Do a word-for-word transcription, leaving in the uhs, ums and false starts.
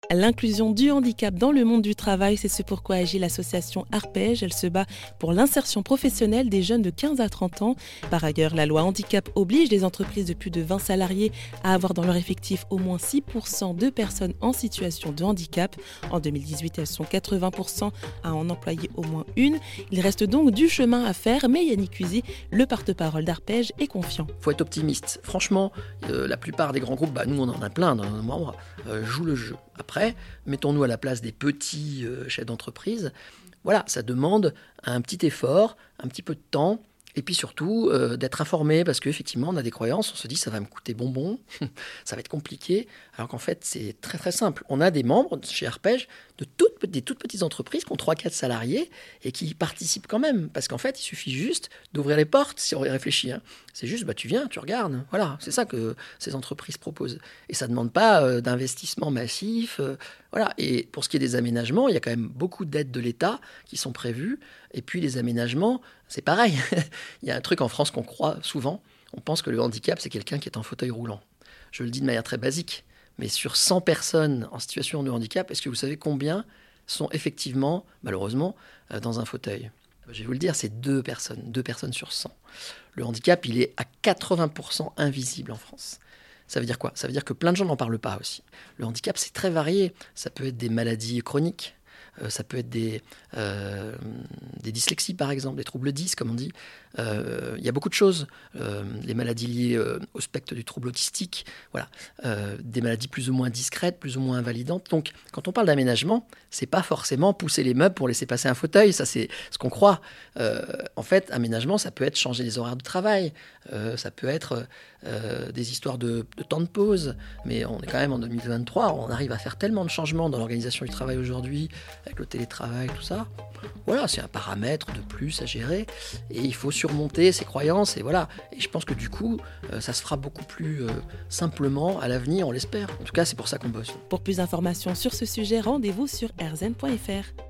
L'inclusion du handicap dans le monde du travail, c'est ce pourquoi agit l'association Arpège. Elle se bat pour l'insertion professionnelle des jeunes de quinze à trente ans. Par ailleurs, la loi handicap oblige les entreprises de plus de vingt salariés à avoir dans leur effectif au moins six pour cent de personnes en situation de handicap. En deux mille dix-huit, elles sont quatre-vingts pour cent à en employer au moins une. Il reste donc du chemin à faire, mais Yannick Cusy, le porte-parole d'Arpège, est confiant. Il faut être optimiste. Franchement, euh, la plupart des grands groupes, bah, nous on en a plein dans nos membres, euh, jouent le jeu. Après, mettons-nous à la place des petits euh, chefs d'entreprise. Voilà, ça demande un petit effort, un petit peu de temps, et puis surtout euh, d'être informé, parce qu'effectivement, on a des croyances, on se dit ça va me coûter bonbon, ça va être compliqué, alors qu'en fait, c'est très très simple. On a des membres chez Arpège de toutes, des toutes petites entreprises qui ont trois quatre salariés et qui participent quand même, parce qu'en fait, il suffit juste d'ouvrir les portes, si on y réfléchit. Hein. C'est juste, bah, tu viens, tu regardes, voilà, c'est ça que ces entreprises proposent. Et ça ne demande pas euh, d'investissement massif, euh, voilà. Et pour ce qui est des aménagements, il y a quand même beaucoup d'aides de l'État qui sont prévues, et puis les aménagements, c'est pareil. Il y a un truc en France qu'on croit souvent, on pense que le handicap, c'est quelqu'un qui est en fauteuil roulant. Je le dis de manière très basique, mais sur cent personnes en situation de handicap, est-ce que vous savez combien sont effectivement, malheureusement, dans un fauteuil ? Je vais vous le dire, c'est deux personnes, deux personnes sur cent. Le handicap, il est à quatre-vingts pour cent invisible en France. Ça veut dire quoi ? Ça veut dire que plein de gens n'en parlent pas aussi. Le handicap, c'est très varié. Ça peut être des maladies chroniques, euh, ça peut être des, euh, des dyslexies, par exemple, des troubles dys, comme on dit. Euh, il y a beaucoup de choses. Euh, les maladies liées euh, au spectre du trouble autistique, voilà. Euh, des maladies plus ou moins discrètes, plus ou moins invalidantes. Donc, quand on parle d'aménagement, c'est pas forcément pousser les meubles pour laisser passer un fauteuil. Ça, c'est ce qu'on croit. Euh, en fait, aménagement, ça peut être changer les horaires de travail. Euh, ça peut être euh, des histoires de, de temps de pause. Mais on est quand même en deux mille vingt-trois. On arrive à faire tellement de changements dans l'organisation du travail aujourd'hui, avec le télétravail, tout ça. Voilà, c'est un paramètre de plus à gérer. Et il faut surmonter ses croyances. Et voilà. Et je pense que du coup, euh, ça se fera beaucoup plus euh, simplement à l'avenir, on l'espère. En tout cas, c'est pour ça qu'on bosse. Pour plus d'informations sur ce sujet, rendez-vous sur r zen point f r.